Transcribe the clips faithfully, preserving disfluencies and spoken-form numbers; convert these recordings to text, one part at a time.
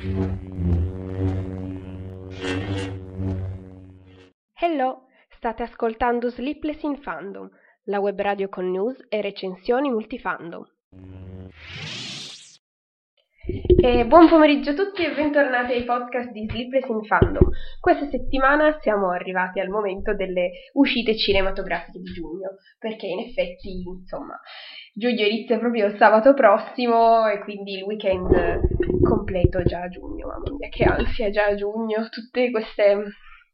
Hello, state ascoltando Sleepless in Fandom, la web radio con news e recensioni multifandom. E buon pomeriggio a tutti e bentornati ai podcast di Sleepless in Fandom. Questa settimana siamo arrivati al momento delle uscite cinematografiche di giugno, perché in effetti, insomma, giugno inizia proprio sabato prossimo e quindi il weekend completo già a giugno. Mamma mia, che ansia già a giugno, tutte queste...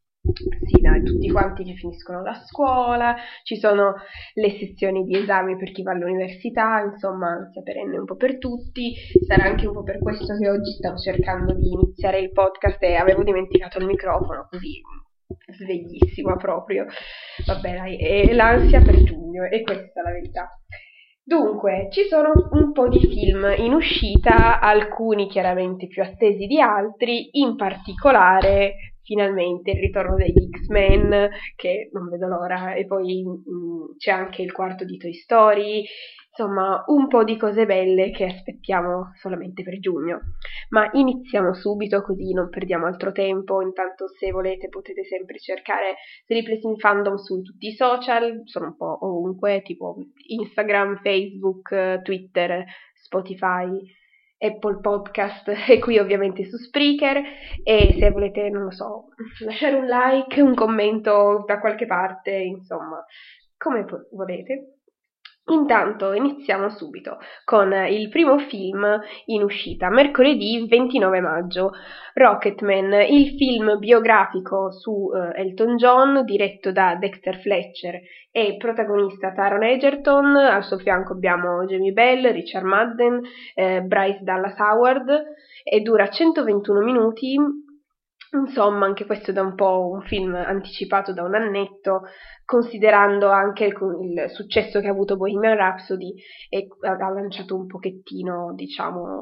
Sì, dai, tutti quanti che finiscono la scuola, ci sono le sessioni di esami per chi va all'università, insomma, ansia perenne un po' per tutti. Sarà anche un po' per questo che oggi stavo cercando di iniziare il podcast e avevo dimenticato il microfono, così sveglissima proprio. Vabbè, dai, è l'ansia per giugno, e questa è la verità. Dunque, ci sono un po' di film in uscita, alcuni chiaramente più attesi di altri, in particolare finalmente il ritorno degli X-Men, che non vedo l'ora, e poi mh, c'è anche il quarto di Toy Story, insomma un po' di cose belle che aspettiamo solamente per giugno. Ma iniziamo subito, così non perdiamo altro tempo. Intanto, se volete, potete sempre cercare Sleepless in Fandom su tutti i social, sono un po' ovunque, tipo Instagram, Facebook, Twitter, Spotify, Apple Podcast e qui ovviamente su Spreaker. E se volete, non lo so, lasciare un like, un commento da qualche parte, insomma, come volete. Intanto iniziamo subito con il primo film in uscita, mercoledì ventinove maggio, Rocketman, il film biografico su uh, Elton John, diretto da Dexter Fletcher e protagonista Taron Egerton. Al suo fianco abbiamo Jamie Bell, Richard Madden, eh, Bryce Dallas Howard, e dura centoventuno minuti. Insomma, anche questo è da un po' un film anticipato da un annetto, considerando anche il, il successo che ha avuto Bohemian Rhapsody, e ha lanciato un pochettino, diciamo,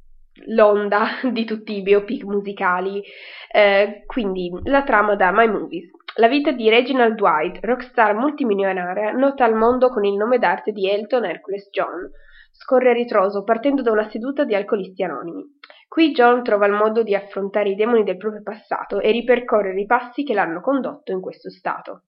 l'onda di tutti i biopic musicali. Eh, quindi la trama da My Movies. La vita di Reginald Dwight, rockstar multimilionaria, nota al mondo con il nome d'arte di Elton Hercules John, scorre a ritroso partendo da una seduta di alcolisti anonimi. Qui John trova il modo di affrontare i demoni del proprio passato e ripercorrere i passi che l'hanno condotto in questo stato.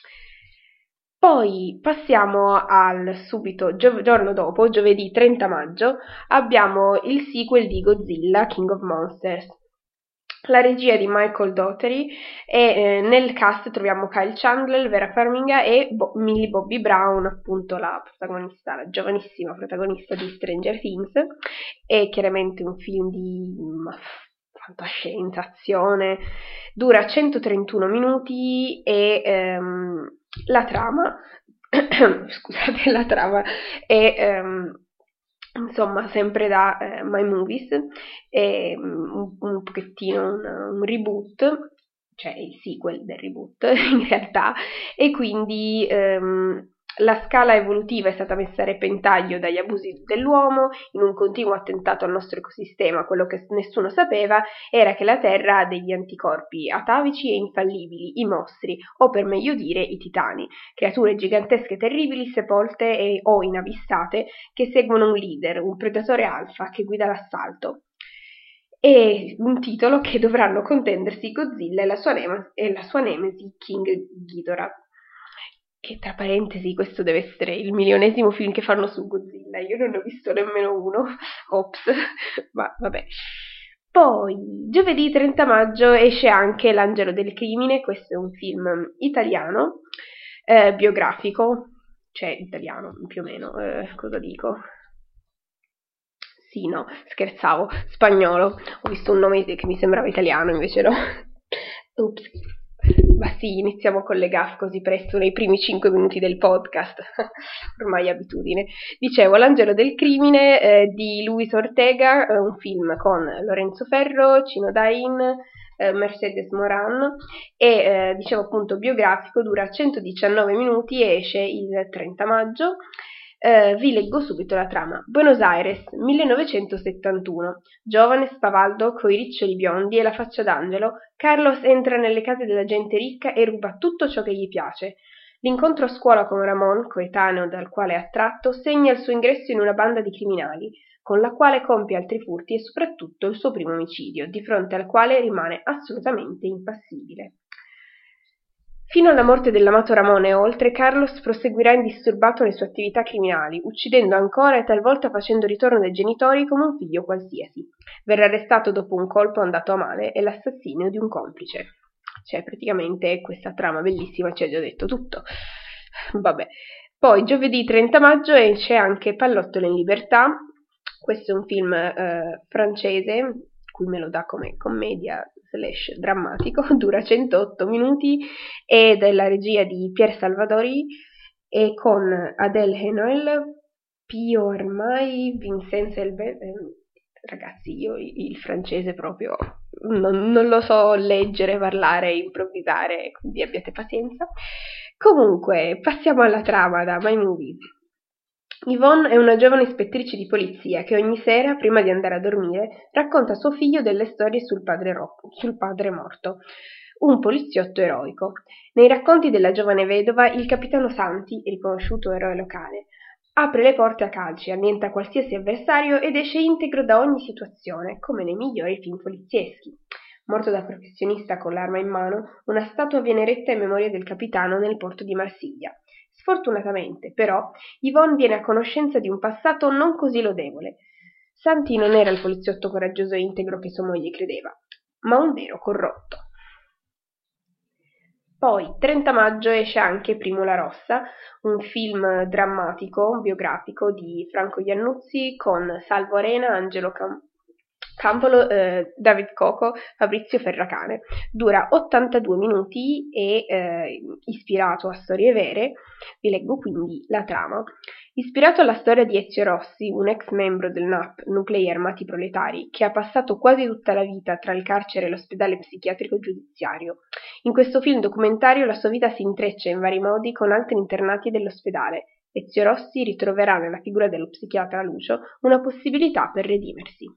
Poi passiamo al subito gio- giorno dopo, giovedì trenta maggio, abbiamo il sequel di Godzilla, King of Monsters. La regia di Michael Dougherty, e eh, nel cast troviamo Kyle Chandler, Vera Farmiga e Bo- Millie Bobby Brown, appunto la protagonista, la giovanissima protagonista di Stranger Things. È chiaramente un film di um, fantascienza, azione, dura centotrentuno minuti e ehm, la trama, scusate, la trama è... Um, insomma, sempre da eh, My Movies, è un, un pochettino un, un reboot, cioè il sequel del reboot in realtà, e quindi ehm, la scala evolutiva è stata messa a repentaglio dagli abusi dell'uomo in un continuo attentato al nostro ecosistema. Quello che nessuno sapeva era che la Terra ha degli anticorpi atavici e infallibili, i mostri, o per meglio dire i titani, creature gigantesche e terribili sepolte e, o inavvistate, che seguono un leader, un predatore alfa che guida l'assalto. E un titolo che dovranno contendersi Godzilla e la sua, nem- e la sua nemesi King Ghidorah. Che tra parentesi, questo deve essere il milionesimo film che fanno su Godzilla, io non ne ho visto nemmeno uno, ops, ma vabbè. Poi, giovedì trenta maggio esce anche L'Angelo del Crimine, questo è un film italiano, eh, biografico, cioè italiano più o meno, eh, cosa dico? Sì, no, scherzavo, spagnolo, ho visto un nome che mi sembrava italiano, invece no. Ups. Ma sì, iniziamo con le gaffe così presto nei primi cinque minuti del podcast, ormai abitudine. Dicevo, L'Angelo del Crimine eh, di Luis Ortega, eh, un film con Lorenzo Ferro, Cino Dain, eh, Mercedes Moran, e eh, dicevo appunto biografico, dura centodiciannove minuti e esce il trenta maggio. Uh, vi leggo subito la trama. Buenos Aires, millenovecentosettantuno. Giovane, spavaldo, coi riccioli biondi e la faccia d'angelo, Carlos entra nelle case della gente ricca e ruba tutto ciò che gli piace. L'incontro a scuola con Ramon, coetaneo dal quale è attratto, segna il suo ingresso in una banda di criminali, con la quale compie altri furti e soprattutto il suo primo omicidio, di fronte al quale rimane assolutamente impassibile. Fino alla morte dell'amato Ramon e oltre, Carlos proseguirà indisturbato le sue attività criminali, uccidendo ancora e talvolta facendo ritorno dai genitori come un figlio qualsiasi. Verrà arrestato dopo un colpo andato a male e l'assassinio di un complice. Cioè, praticamente questa trama bellissima ci ha già detto tutto. Vabbè. Poi, giovedì trenta maggio esce anche Pallottole in libertà. Questo è un film eh, francese, cui me lo dà come commedia slash drammatico, dura centootto minuti, è della regia di Pierre Salvadori e con Adèle Haenel, Pio Armai, Vincenzo Elbert. Eh, ragazzi, io il francese proprio non, non lo so leggere, parlare, improvvisare, quindi abbiate pazienza. Comunque, passiamo alla trama da My Movies. Yvonne è una giovane ispettrice di polizia che ogni sera, prima di andare a dormire, racconta a suo figlio delle storie sul padre, ro- sul padre morto, un poliziotto eroico. Nei racconti della giovane vedova, il capitano Santi, riconosciuto eroe locale, apre le porte a calci, annienta qualsiasi avversario ed esce integro da ogni situazione, come nei migliori film polizieschi. Morto da professionista con l'arma in mano, una statua viene eretta in memoria del capitano nel porto di Marsiglia. Sfortunatamente, però, Yvonne viene a conoscenza di un passato non così lodevole. Santi non era il poliziotto coraggioso e integro che sua moglie credeva, ma un vero corrotto. Poi, trenta maggio, esce anche Primo la Rossa, un film drammatico, biografico di Franco Iannuzzi con Salvo Arena, Angelo Cam- Campolo, eh, David Coco, Fabrizio Ferracane. Dura ottantadue minuti e eh, ispirato a storie vere. Vi leggo quindi la trama. Ispirato alla storia di Ezio Rossi, un ex membro del N A P, Nuclei Armati Proletari, che ha passato quasi tutta la vita tra il carcere e l'ospedale psichiatrico giudiziario. In questo film documentario la sua vita si intreccia in vari modi con altri internati dell'ospedale. Ezio Rossi ritroverà nella figura dello psichiatra Lucio una possibilità per redimersi.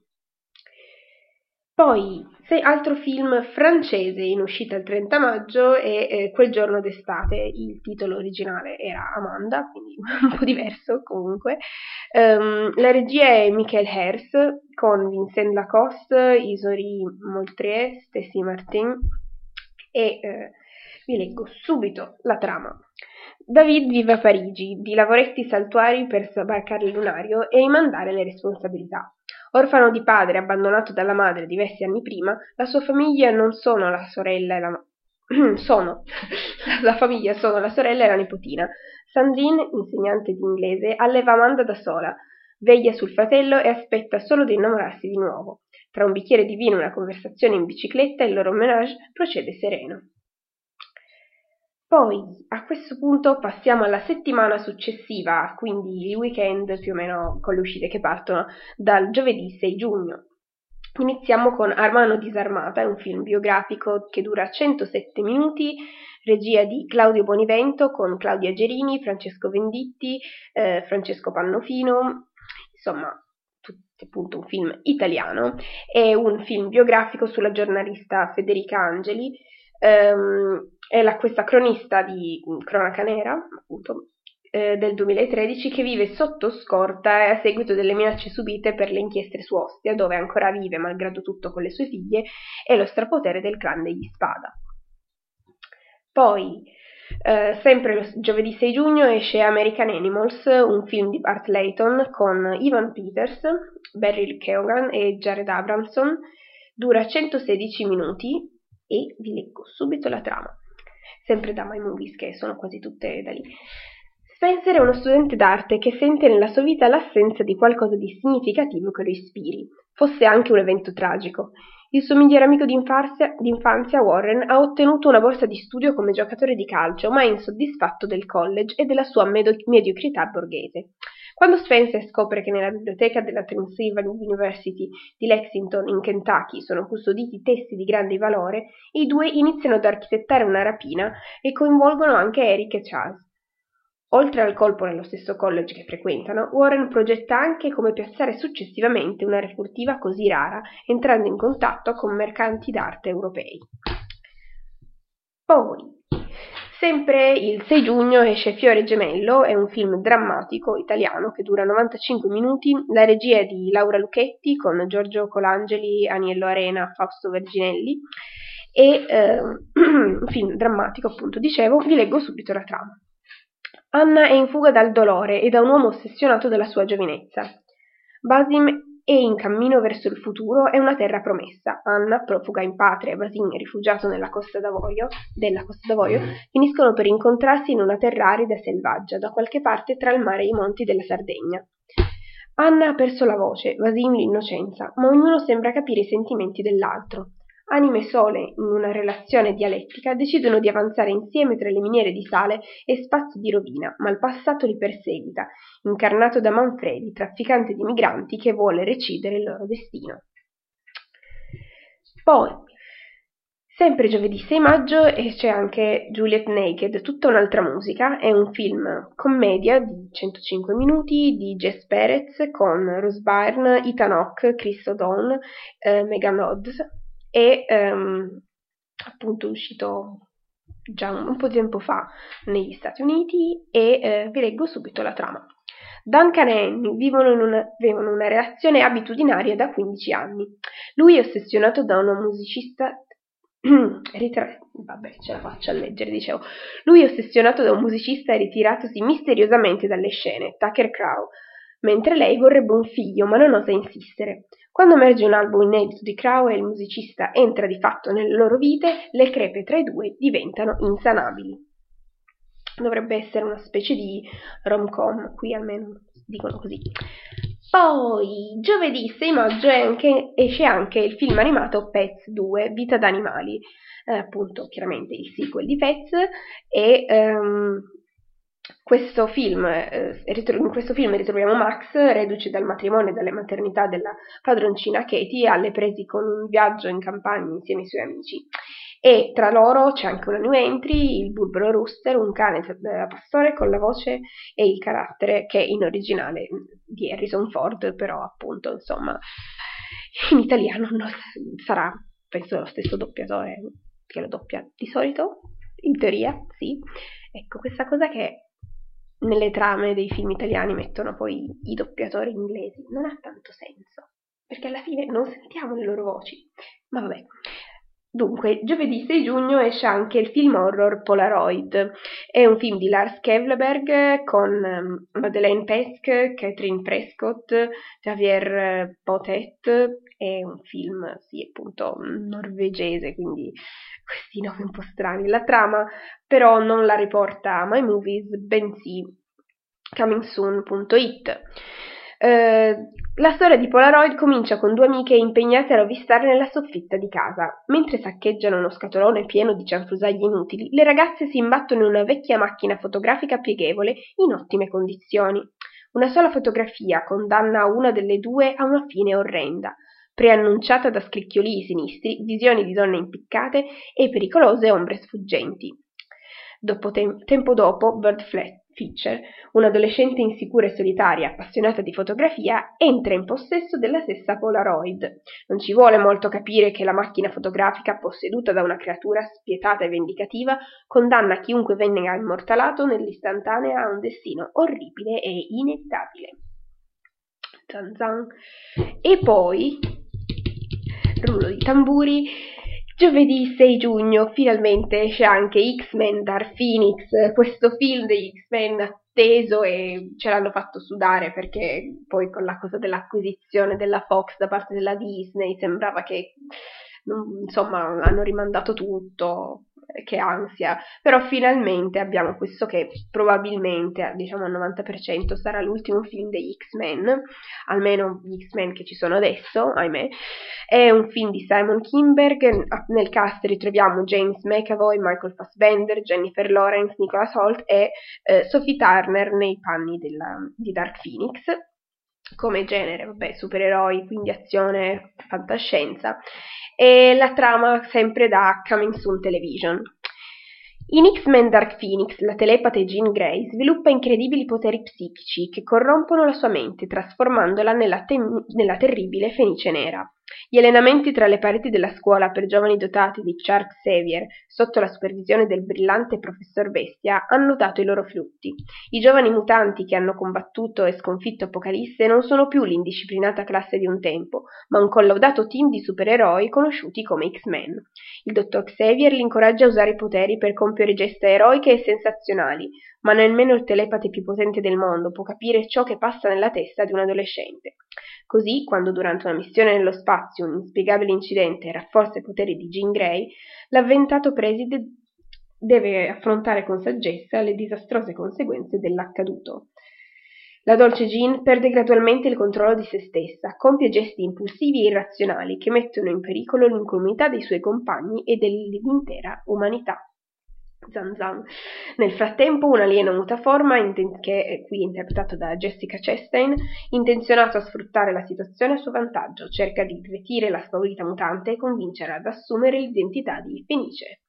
Poi, se altro film francese in uscita il trenta maggio è eh, Quel giorno d'estate, il titolo originale era Amanda, quindi un po' diverso comunque. Um, la regia è Michael Hers con Vincent Lacoste, Isori Moultrie, Stacy Martin e eh, vi leggo subito la trama. David vive a Parigi, di lavoretti saltuari per sbarcare il lunario e rimandare le responsabilità. Orfano di padre, abbandonato dalla madre diversi anni prima, la sua famiglia non sono la sorella e la sono la famiglia sono la sorella e la nipotina. Sandrine, insegnante di inglese, alleva Amanda da sola, veglia sul fratello e aspetta solo di innamorarsi di nuovo. Tra un bicchiere di vino e una conversazione in bicicletta, il loro ménage procede sereno. Poi, a questo punto, passiamo alla settimana successiva, quindi il weekend più o meno con le uscite che partono dal giovedì sei giugno. Iniziamo con Armano Disarmata, è un film biografico che dura centosette minuti, regia di Claudio Bonivento con Claudia Gerini, Francesco Venditti, eh, Francesco Pannofino, insomma, tutti, appunto un film italiano. È un film biografico sulla giornalista Federica Angeli, ehm, è la, questa cronista di Cronaca Nera, appunto, eh, del duemilatredici, che vive sotto scorta a seguito delle minacce subite per le inchieste su Ostia, dove ancora vive malgrado tutto con le sue figlie, e lo strapotere del clan degli Spada. Poi, eh, sempre lo giovedì sei giugno, esce American Animals, un film di Bart Layton con Evan Peters, Beryl Keoghan e Jared Abramson. Dura centosedici minuti e vi leggo subito la trama, sempre da My Movies, che sono quasi tutte da lì. Spencer è uno studente d'arte che sente nella sua vita l'assenza di qualcosa di significativo che lo ispiri, fosse anche un evento tragico. Il suo migliore amico d'infanzia, d'infanzia, Warren, ha ottenuto una borsa di studio come giocatore di calcio, ma è insoddisfatto del college e della sua medo- mediocrità borghese. Quando Spencer scopre che nella biblioteca della Transylvania University di Lexington, in Kentucky, sono custoditi testi di grande valore, i due iniziano ad architettare una rapina e coinvolgono anche Eric e Charles. Oltre al colpo nello stesso college che frequentano, Warren progetta anche come piazzare successivamente una refurtiva così rara, entrando in contatto con mercanti d'arte europei. Poi, Sempre il sei giugno esce Fiore Gemello, è un film drammatico italiano che dura novantacinque minuti, la regia è di Laura Lucchetti con Giorgio Colangeli, Aniello Arena, Fausto Verginelli, e eh, un film drammatico, appunto, dicevo. Vi leggo subito la trama. Anna è in fuga dal dolore e da un uomo ossessionato dalla sua giovinezza. Basim è in cammino verso il futuro e una terra promessa. Anna, profuga in patria, e Basim, rifugiato nella Costa d'Avorio, della Costa d'Avorio, finiscono per incontrarsi in una terra arida e selvaggia, da qualche parte tra il mare e i monti della Sardegna. Anna ha perso la voce, Basim l'innocenza, ma ognuno sembra capire i sentimenti dell'altro. Anime sole, in una relazione dialettica, decidono di avanzare insieme tra le miniere di sale e spazi di rovina, ma il passato li perseguita, incarnato da Manfredi, trafficante di migranti che vuole recidere il loro destino. Poi, sempre giovedì sei maggio, c'è anche Juliet Naked, tutta un'altra musica, è un film commedia di centocinque minuti di Jess Perez con Rose Byrne, Ethan Hawke, Chris O'Donnell, eh, Megan Hodges, è um, appunto uscito già un, un po' di tempo fa negli Stati Uniti e eh, vi leggo subito la trama. Duncan e Annie vivono in una, vivono una relazione abitudinaria da quindici anni. Lui è ossessionato da una musicista Ritra... Vabbè, ce la faccio a leggere, dicevo. Lui è ossessionato da un musicista ritiratosi misteriosamente dalle scene, Tucker Crow, mentre lei vorrebbe un figlio, ma non osa insistere. Quando emerge un album inedito di Crow e il musicista entra di fatto nelle loro vite, le crepe tra i due diventano insanabili. Dovrebbe essere una specie di rom-com, qui almeno dicono così. Poi, giovedì sei maggio è anche, esce anche il film animato Pets due, Vita d'animali, eh, appunto chiaramente il sequel di Pets, e um, questo film, eh, in questo film ritroviamo Max, reduce dal matrimonio e dalle maternità della padroncina Katie, alle prese con un viaggio in campagna insieme ai suoi amici. E tra loro c'è anche una new entry, il Bulbero Rooster, un cane da pastore con la voce e il carattere che in originale di Harrison Ford, però appunto insomma in italiano non sarà, penso, lo stesso doppiatore che lo doppia di solito, in teoria, sì. Ecco, questa cosa che nelle trame dei film italiani mettono poi i doppiatori inglesi non ha tanto senso, perché alla fine non sentiamo le loro voci, ma vabbè. Dunque, giovedì sei giugno esce anche il film horror Polaroid. È un film di Lars Kevleberg con um, Madeleine Pesk, Catherine Prescott, Javier Botet. È un film, sì, appunto, norvegese, quindi questi nomi un po' strani. La trama però non la riporta My Movies, bensì coming soon punto it. Uh, la storia di Polaroid comincia con due amiche impegnate a rovistare nella soffitta di casa. Mentre saccheggiano uno scatolone pieno di cianfrusaglie inutili, le ragazze si imbattono in una vecchia macchina fotografica pieghevole in ottime condizioni. Una sola fotografia condanna una delle due a una fine orrenda, preannunciata da scricchiolii sinistri, visioni di donne impiccate e pericolose ombre sfuggenti. Dopo te- tempo dopo, Bird Fisher, un'adolescente insicura e solitaria, appassionata di fotografia, entra in possesso della stessa Polaroid. Non ci vuole molto capire che la macchina fotografica, posseduta da una creatura spietata e vendicativa, condanna chiunque venga immortalato nell'istantanea a un destino orribile e inevitabile. Zan zan. E poi, rullo di tamburi, giovedì sei giugno finalmente esce anche X-Men Dark Phoenix, questo film degli X-Men atteso, e ce l'hanno fatto sudare perché poi con la cosa dell'acquisizione della Fox da parte della Disney sembrava che, insomma, hanno rimandato tutto, che ansia, però finalmente abbiamo questo che probabilmente, diciamo al novanta per cento, sarà l'ultimo film degli X-Men, almeno gli X-Men che ci sono adesso, ahimè. È un film di Simon Kinberg, nel cast ritroviamo James McAvoy, Michael Fassbender, Jennifer Lawrence, Nicholas Hoult e eh, Sophie Turner nei panni della, di Dark Phoenix. Come genere, vabbè, supereroi, quindi azione, fantascienza, e la trama sempre da Coming Soon Television. In X-Men Dark Phoenix, la telepate Jean Grey sviluppa incredibili poteri psichici che corrompono la sua mente, trasformandola nella, te- nella terribile Fenice Nera. Gli allenamenti tra le pareti della scuola per giovani dotati di Charles Xavier, sotto la supervisione del brillante professor Bestia, hanno dato i loro frutti. I giovani mutanti che hanno combattuto e sconfitto Apocalisse non sono più l'indisciplinata classe di un tempo, ma un collaudato team di supereroi conosciuti come X-Men. Il dottor Xavier li incoraggia a usare i poteri per compiere gesta eroiche e sensazionali, ma nemmeno il telepate più potente del mondo può capire ciò che passa nella testa di un adolescente. Così, quando durante una missione nello spazio un inspiegabile incidente rafforza i poteri di Jean Grey, l'avventato preside deve affrontare con saggezza le disastrose conseguenze dell'accaduto. La dolce Jean perde gradualmente il controllo di se stessa, compie gesti impulsivi e irrazionali che mettono in pericolo l'incolumità dei suoi compagni e dell'intera umanità. Zan zan. Nel frattempo un alieno mutaforma, inten- che è qui interpretato da Jessica Chastain, intenzionato a sfruttare la situazione a suo vantaggio, cerca di irretire la spaurita mutante e convincere ad assumere l'identità di Fenice.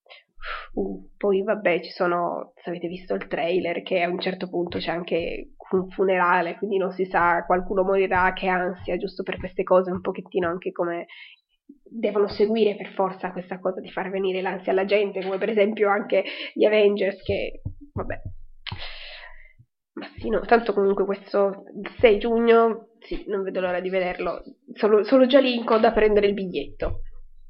Uh, poi vabbè, ci sono, se avete visto il trailer, che a un certo punto c'è anche un funerale, quindi non si sa, qualcuno morirà, che ansia, giusto per queste cose, un pochettino anche come devono seguire per forza questa cosa di far venire l'ansia alla gente, come per esempio anche gli Avengers, che vabbè, ma sì, no, tanto comunque questo sei giugno, sì, non vedo l'ora di vederlo, sono, sono già lì in coda a prendere il biglietto.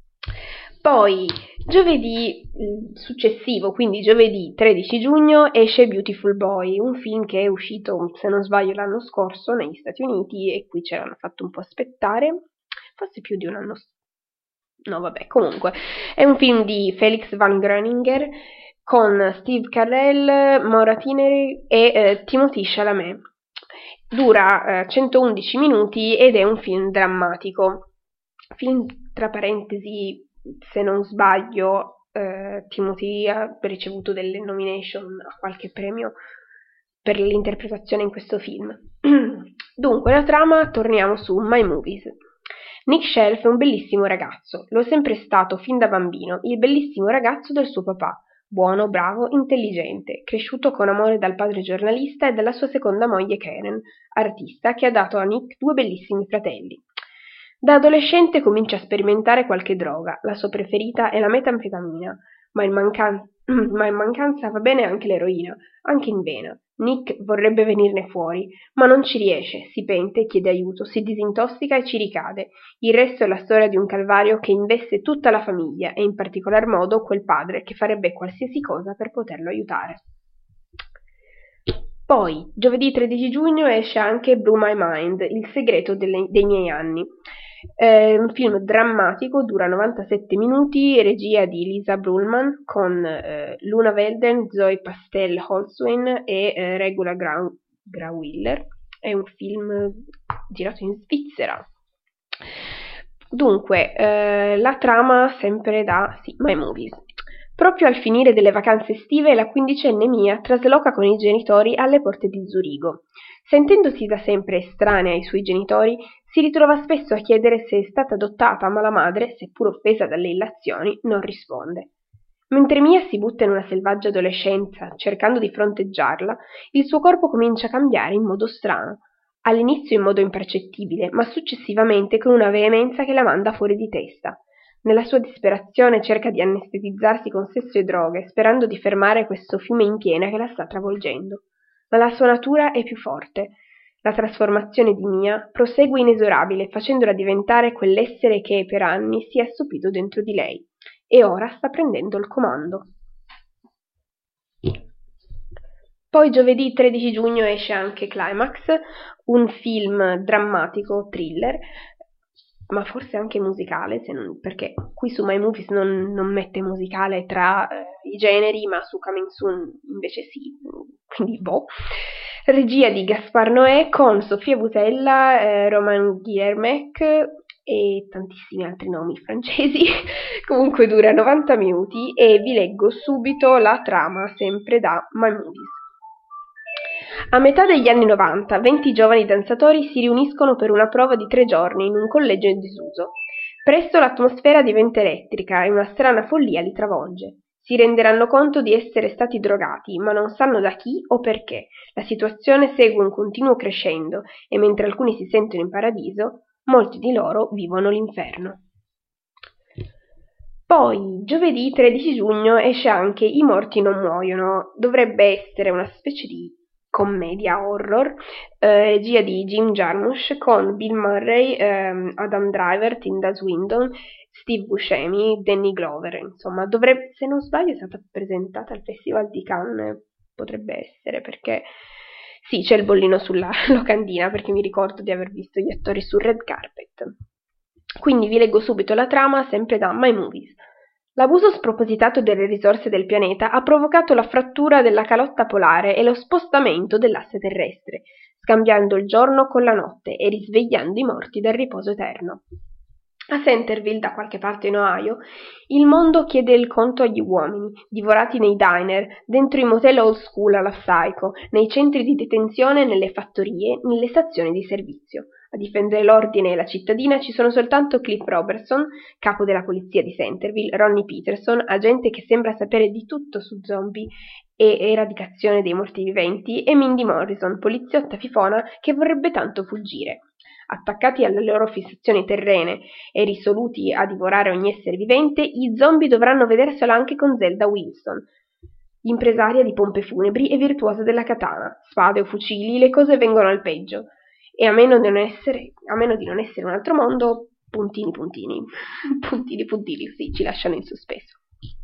Poi giovedì successivo, quindi giovedì tredici giugno, esce Beautiful Boy, un film che è uscito, se non sbaglio, l'anno scorso negli Stati Uniti, e qui ce l'hanno fatto un po' aspettare, forse più di un anno. No, vabbè, comunque è un film di Felix Van Groeninger con Steve Carell, Maura Tierney e eh, Timothée Chalamet. Dura eh, centoundici minuti ed è un film drammatico. Film, tra parentesi, se non sbaglio, eh, Timothée ha ricevuto delle nomination a qualche premio per l'interpretazione in questo film. Dunque, la trama, torniamo su My Movies. Nick Shelf è un bellissimo ragazzo, lo è sempre stato fin da bambino, il bellissimo ragazzo del suo papà, buono, bravo, intelligente, cresciuto con amore dal padre giornalista e dalla sua seconda moglie Karen, artista, che ha dato a Nick due bellissimi fratelli. Da adolescente comincia a sperimentare qualche droga, la sua preferita è la metanfetamina, ma in, mancan- ma in mancanza va bene anche l'eroina, anche in vena. Nick vorrebbe venirne fuori, ma non ci riesce, si pente, chiede aiuto, si disintossica e ci ricade. Il resto è la storia di un calvario che investe tutta la famiglia e in particolar modo quel padre che farebbe qualsiasi cosa per poterlo aiutare. Poi, giovedì tredici giugno esce anche Blew My Mind, il segreto delle, dei miei anni. È un film drammatico, dura novantasette minuti, regia di Lisa Brullman, con eh, Luna Velden, Zoe Pastel-Holtzwin e eh, Regula Grau- Grauwiller. È un film girato in Svizzera. Dunque, eh, la trama sempre da sì, My Movies. Proprio al finire delle vacanze estive, la quindicenne Mia trasloca con i genitori alle porte di Zurigo. Sentendosi da sempre estranea ai suoi genitori, si ritrova spesso a chiedere se è stata adottata, ma la madre, seppur offesa dalle illazioni, non risponde. Mentre Mia si butta in una selvaggia adolescenza, cercando di fronteggiarla, il suo corpo comincia a cambiare in modo strano. All'inizio in modo impercettibile, ma successivamente con una veemenza che la manda fuori di testa. Nella sua disperazione cerca di anestetizzarsi con sesso e droghe, sperando di fermare questo fiume in piena che la sta travolgendo. Ma la sua natura è più forte. La trasformazione di Mia prosegue inesorabile, facendola diventare quell'essere che per anni si è assopito dentro di lei, e ora sta prendendo il comando. Poi giovedì tredici giugno esce anche Climax, un film drammatico thriller, ma forse anche musicale, se non, perché qui su My Movies non, non mette musicale tra eh, i generi, ma su Coming Soon invece sì, quindi boh. Regia di Gaspar Noè con Sofia Boutella, eh, Roman Guillermec e tantissimi altri nomi francesi. Comunque dura novanta minuti e vi leggo subito la trama sempre da My Movies. A metà degli anni novanta, venti giovani danzatori si riuniscono per una prova di tre giorni in un collegio in disuso. Presto l'atmosfera diventa elettrica e una strana follia li travolge. Si renderanno conto di essere stati drogati, ma non sanno da chi o perché. La situazione segue un continuo crescendo e mentre alcuni si sentono in paradiso, molti di loro vivono l'inferno. Poi, giovedì tredici giugno esce anche I morti non muoiono, dovrebbe essere una specie di commedia horror, eh, regia di Jim Jarmusch con Bill Murray, ehm, Adam Driver, Tilda Swinton, Steve Buscemi, Danny Glover, insomma, dovrebbe, se non sbaglio è stata presentata al Festival di Cannes, potrebbe essere, perché sì, c'è il bollino sulla locandina, perché mi ricordo di aver visto gli attori sul red carpet. Quindi vi leggo subito la trama, sempre da My Movies. L'abuso spropositato delle risorse del pianeta ha provocato la frattura della calotta polare e lo spostamento dell'asse terrestre, scambiando il giorno con la notte e risvegliando i morti dal riposo eterno. A Centerville, da qualche parte in Ohio, il mondo chiede il conto agli uomini, divorati nei diner, dentro i motel old school alla Psycho, nei centri di detenzione, nelle fattorie, nelle stazioni di servizio. A difendere l'ordine e la cittadina ci sono soltanto Cliff Robertson, capo della polizia di Centerville, Ronnie Peterson, agente che sembra sapere di tutto su zombie e eradicazione dei morti viventi, e Mindy Morrison, poliziotta fifona che vorrebbe tanto fuggire. Attaccati alle loro fissazioni terrene e risoluti a divorare ogni essere vivente, i zombie dovranno vedersela anche con Zelda Wilson, impresaria di pompe funebri e virtuosa della katana. Spade o fucili, le cose vengono al peggio. E a meno di non essere, a meno di non essere un altro mondo, puntini puntini, puntini puntini, sì, ci lasciano in sospeso.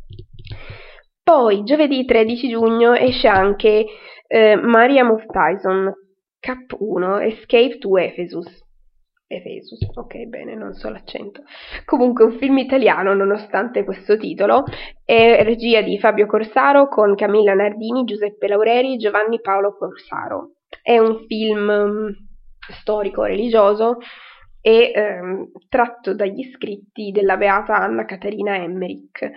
Poi, giovedì tredici giugno, esce anche eh, Mariam of Tyson, Cap uno, Escape to Ephesus. Ephesus, ok, bene, non so l'accento. Comunque un film italiano, nonostante questo titolo, è regia di Fabio Corsaro con Camilla Nardini, Giuseppe Laureri, Giovanni Paolo Corsaro. È un film um, storico-religioso e um, tratto dagli scritti della beata Anna Caterina Emmerich.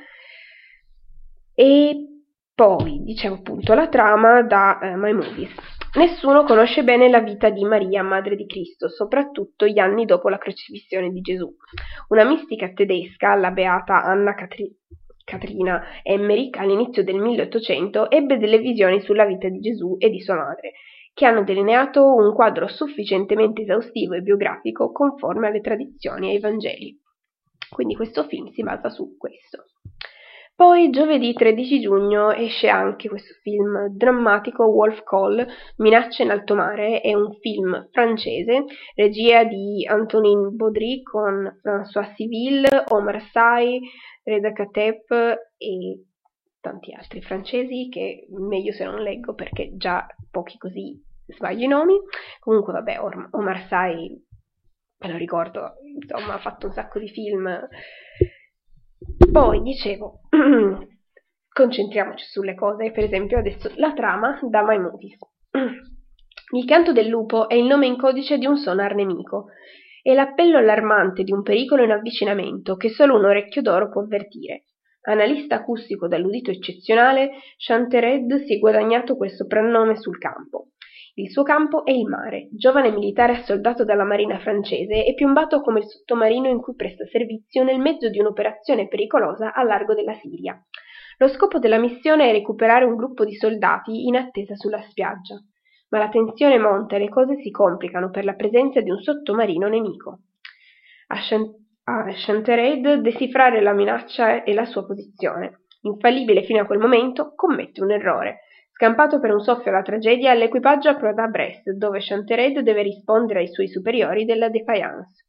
E poi, dicevo appunto, la trama da uh, My Movies. Nessuno conosce bene la vita di Maria, madre di Cristo, soprattutto gli anni dopo la crocifissione di Gesù. Una mistica tedesca, la beata Anna Catri- Caterina Emmerich, all'inizio del milleottocento, ebbe delle visioni sulla vita di Gesù e di sua madre, che hanno delineato un quadro sufficientemente esaustivo e biografico conforme alle tradizioni e ai Vangeli. Quindi questo film si basa su questo. Poi giovedì tredici giugno esce anche questo film drammatico, Wolf Call, Minacce in alto mare, è un film francese, regia di Antonin Baudry con François Civil, Omar Sy, Reda Kateb e tanti altri francesi che meglio se non leggo perché già pochi così sbaglio i nomi. Comunque vabbè, Omar Sy, me lo ricordo, insomma ha fatto un sacco di film. Poi, dicevo, concentriamoci sulle cose, per esempio adesso la trama da My Movies. Il canto del lupo è il nome in codice di un sonar nemico, è l'appello allarmante di un pericolo in avvicinamento che solo un orecchio d'oro può avvertire. Analista acustico dall'udito eccezionale, Chantered si è guadagnato quel soprannome sul campo. Il suo campo è il mare. Giovane militare assoldato dalla marina francese, è piombato come il sottomarino in cui presta servizio nel mezzo di un'operazione pericolosa a largo della Siria. Lo scopo della missione è recuperare un gruppo di soldati in attesa sulla spiaggia, ma la tensione monta e le cose si complicano per la presenza di un sottomarino nemico. A, Chant- a Chantered decifrare la minaccia e la sua posizione. Infallibile fino a quel momento, commette un errore. Scampato per un soffio alla tragedia, l'equipaggio approda a Brest, dove Chantered deve rispondere ai suoi superiori della Defiance.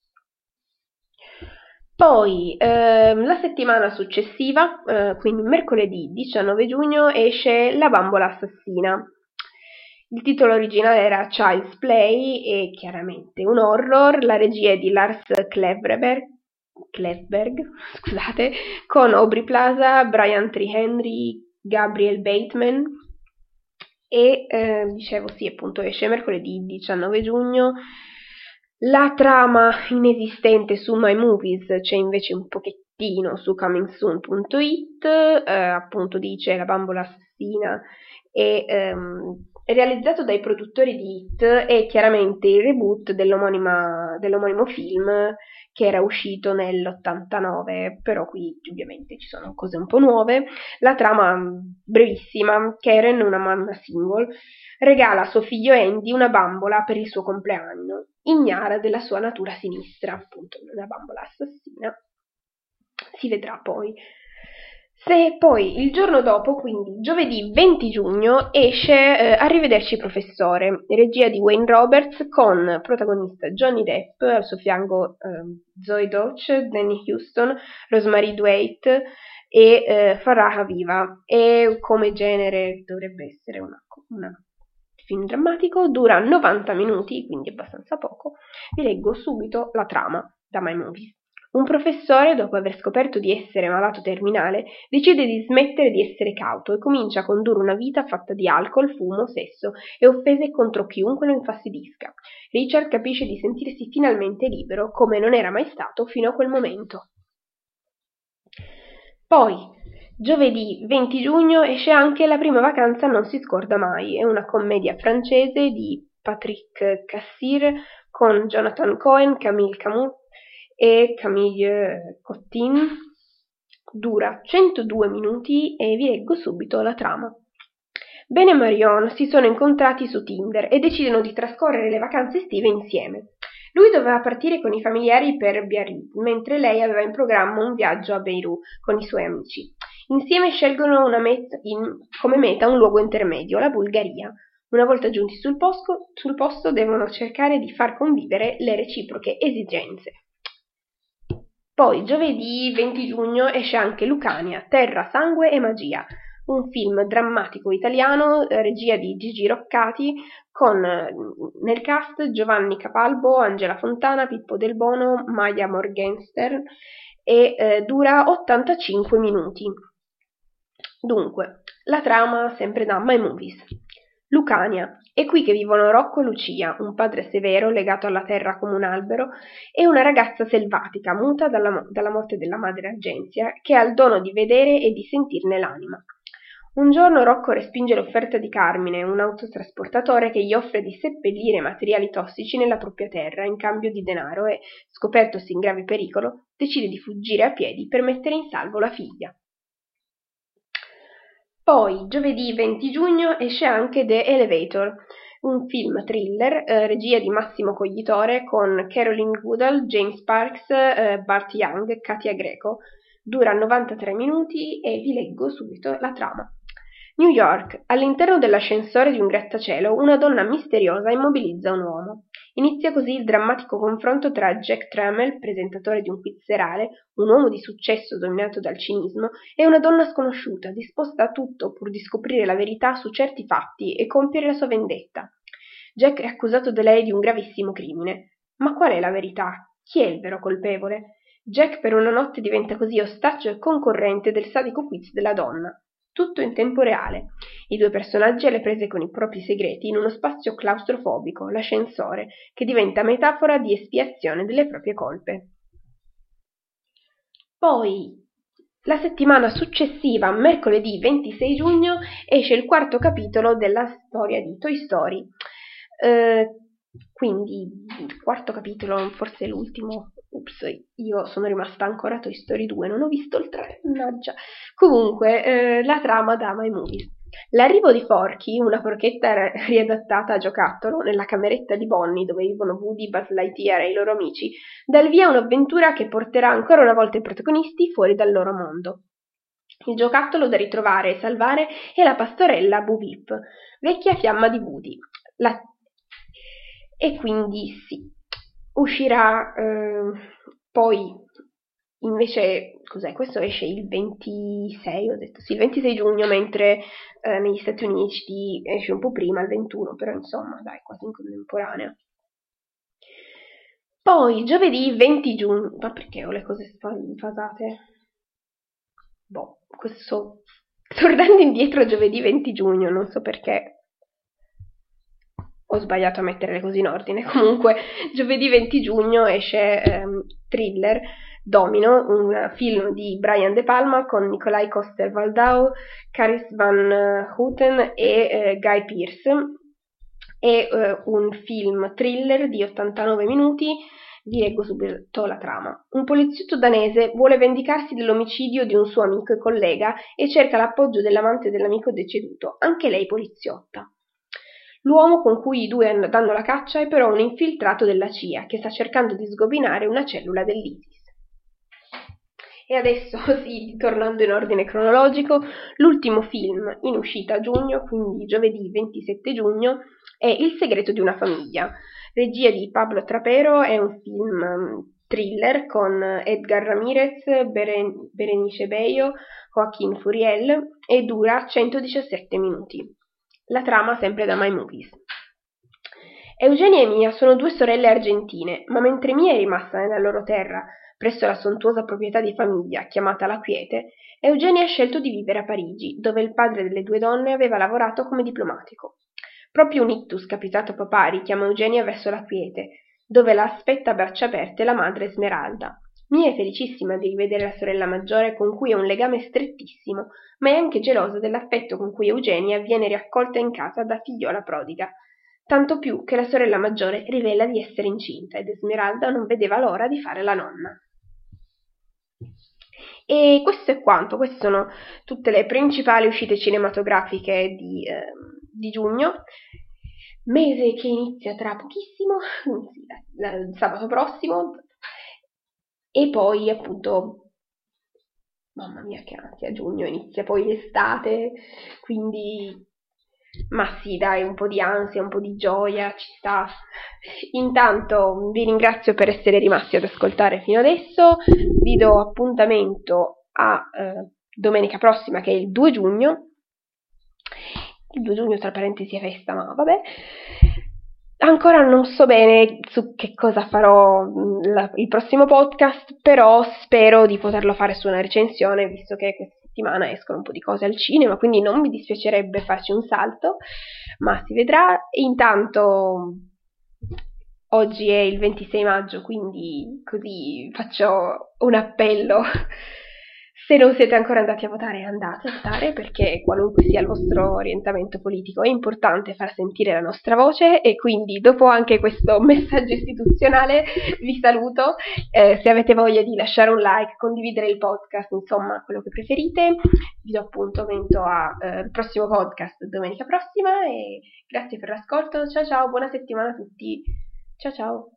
Poi, ehm, la settimana successiva, eh, quindi mercoledì diciannove giugno, esce La bambola assassina. Il titolo originale era Child's Play e chiaramente un horror, la regia è di Lars Klevberg, Klevberg scusate, con Aubrey Plaza, Brian Tree Henry, Gabriel Bateman. E eh, dicevo sì, appunto esce mercoledì diciannove giugno. La trama inesistente su My Movies c'è invece un pochettino su coming soon punto it, eh, appunto dice La bambola assassina e ehm, realizzato dai produttori di It, è chiaramente il reboot dell'omonima, dell'omonimo film che era uscito nell'ottantanove, però qui ovviamente ci sono cose un po' nuove. La trama brevissima: Karen, una mamma single, regala a suo figlio Andy una bambola per il suo compleanno, ignara della sua natura sinistra, appunto una bambola assassina. Si vedrà poi. Se poi il giorno dopo, quindi giovedì venti giugno, esce eh, Arrivederci professore, regia di Wayne Roberts, con protagonista Johnny Depp, al suo fianco eh, Zoe Deutch, Danny Houston, Rosemary Dwight e eh, Farrah Aviva. E come genere dovrebbe essere una, una film drammatico, dura novanta minuti, quindi abbastanza poco. Vi leggo subito la trama da MyMovies. Un professore, dopo aver scoperto di essere malato terminale, decide di smettere di essere cauto e comincia a condurre una vita fatta di alcol, fumo, sesso e offese contro chiunque lo infastidisca. Richard capisce di sentirsi finalmente libero, come non era mai stato fino a quel momento. Poi, giovedì venti giugno, esce anche La prima vacanza non si scorda mai. È una commedia francese di Patrick Cassir con Jonathan Cohen, Camille Camus e Camille Cottin. Dura centodue minuti e vi leggo subito la trama. Ben e Marion si sono incontrati su Tinder e decidono di trascorrere le vacanze estive insieme. Lui doveva partire con i familiari per Biarritz, mentre lei aveva in programma un viaggio a Beirut con i suoi amici. Insieme scelgono una met- in, come meta un luogo intermedio, la Bulgaria. Una volta giunti sul posto, sul posto devono cercare di far convivere le reciproche esigenze. Poi, giovedì venti giugno, esce anche Lucania, Terra, Sangue e Magia, un film drammatico italiano, regia di Gigi Roccati, con nel cast Giovanni Capalbo, Angela Fontana, Pippo Del Bono, Maya Morgenstern e eh, dura ottantacinque minuti. Dunque, la trama sempre da MyMovies. Lucania. È qui che vivono Rocco e Lucia, un padre severo legato alla terra come un albero, e una ragazza selvatica, muta dalla, dalla morte della madre Argenzia, che ha il dono di vedere e di sentirne l'anima. Un giorno Rocco respinge l'offerta di Carmine, un autotrasportatore che gli offre di seppellire materiali tossici nella propria terra in cambio di denaro e, scopertosi in grave pericolo, decide di fuggire a piedi per mettere in salvo la figlia. Poi, giovedì venti giugno, esce anche The Elevator, un film thriller, eh, regia di Massimo Coglitore, con Caroline Goodall, James Sparks, eh, Bart Young, Katia Greco. Dura novantatré minuti e vi leggo subito la trama. New York. All'interno dell'ascensore di un grattacielo, una donna misteriosa immobilizza un uomo. Inizia così il drammatico confronto tra Jack Trammell, presentatore di un quiz serale, un uomo di successo dominato dal cinismo, e una donna sconosciuta, disposta a tutto pur di scoprire la verità su certi fatti e compiere la sua vendetta. Jack è accusato da lei di un gravissimo crimine. Ma qual è la verità? Chi è il vero colpevole? Jack per una notte diventa così ostaggio e concorrente del sadico quiz della donna. Tutto in tempo reale. I due personaggi alle prese con i propri segreti in uno spazio claustrofobico, l'ascensore, che diventa metafora di espiazione delle proprie colpe. Poi, la settimana successiva, mercoledì ventisei giugno, esce il quarto capitolo della storia di Toy Story. Eh, quindi, il quarto capitolo, forse l'ultimo. Ups, io sono rimasta ancora a Toy Story due, non ho visto il tre, mannaggia. Comunque, eh, la trama da MyMovies. L'arrivo di Forky, una forchetta riadattata a giocattolo, nella cameretta di Bonnie dove vivono Woody, Buzz Lightyear e i loro amici, dà il via a un'avventura che porterà ancora una volta i protagonisti fuori dal loro mondo. Il giocattolo da ritrovare e salvare è la pastorella Boo Beep, vecchia fiamma di Woody. La... E quindi sì, uscirà eh, poi invece, cos'è? Questo esce il ventisei, ho detto sì, il ventisei giugno, mentre eh, negli Stati Uniti esce un po' prima, il ventuno, però insomma, dai, quasi in contemporanea. Poi, giovedì venti giugno, ma perché ho le cose fasate? Boh, questo, tornando indietro a giovedì venti giugno, non so perché ho sbagliato a mettere le cose in ordine. Comunque, giovedì venti giugno esce ehm, Thriller, Domino, un film di Brian De Palma con Nikolai Coster-Waldau, Caris Van Houten e eh, Guy Pearce. È eh, un film thriller di ottantanove minuti. Vi leggo subito la trama. Un poliziotto danese vuole vendicarsi dell'omicidio di un suo amico e collega e cerca l'appoggio dell'amante dell'amico deceduto, anche lei poliziotta. L'uomo con cui i due danno la caccia è però un infiltrato della C I A che sta cercando di sgominare una cellula dell'ISIS. E adesso, sì, tornando in ordine cronologico, l'ultimo film in uscita a giugno, quindi giovedì ventisette giugno, è Il segreto di una famiglia. Regia di Pablo Trapero, è un film thriller con Edgar Ramirez, Beren- Berenice Bejo, Joaquin Furiel e dura centodiciassette minuti. La trama sempre da My Movies. Eugenia e Mia sono due sorelle argentine, ma mentre Mia è rimasta nella loro terra, presso la sontuosa proprietà di famiglia chiamata La Quiete, Eugenia ha scelto di vivere a Parigi, dove il padre delle due donne aveva lavorato come diplomatico. Proprio un ictus capitato a papà richiama Eugenia verso La Quiete, dove la aspetta a braccia aperte la madre Esmeralda. Mia è felicissima di rivedere la sorella maggiore con cui ha un legame strettissimo, ma è anche gelosa dell'affetto con cui Eugenia viene riaccolta in casa da figliola prodiga. Tanto più che la sorella maggiore rivela di essere incinta ed Esmeralda non vedeva l'ora di fare la nonna. E questo è quanto, queste sono tutte le principali uscite cinematografiche di, eh, di giugno, mese che inizia tra pochissimo, il sabato prossimo, e poi appunto, mamma mia che ansia, giugno inizia poi l'estate, quindi... Ma sì, dai, un po' di ansia, un po' di gioia, ci sta. Intanto vi ringrazio per essere rimasti ad ascoltare fino adesso, vi do appuntamento a eh, domenica prossima che è il due giugno, il due giugno tra parentesi è festa, ma vabbè. Ancora non so bene su che cosa farò la, il prossimo podcast, però spero di poterlo fare su una recensione, visto che questa settimana escono un po' di cose al cinema, quindi non mi dispiacerebbe farci un salto, ma si vedrà. Intanto oggi è il ventisei maggio, quindi così faccio un appello. Se non siete ancora andati a votare, andate a votare, perché qualunque sia il vostro orientamento politico è importante far sentire la nostra voce, e quindi dopo anche questo messaggio istituzionale vi saluto. Eh, se avete voglia di lasciare un like, condividere il podcast, insomma quello che preferite, vi do appuntamento al eh, prossimo podcast domenica prossima e grazie per l'ascolto. Ciao ciao, buona settimana a tutti. Ciao ciao.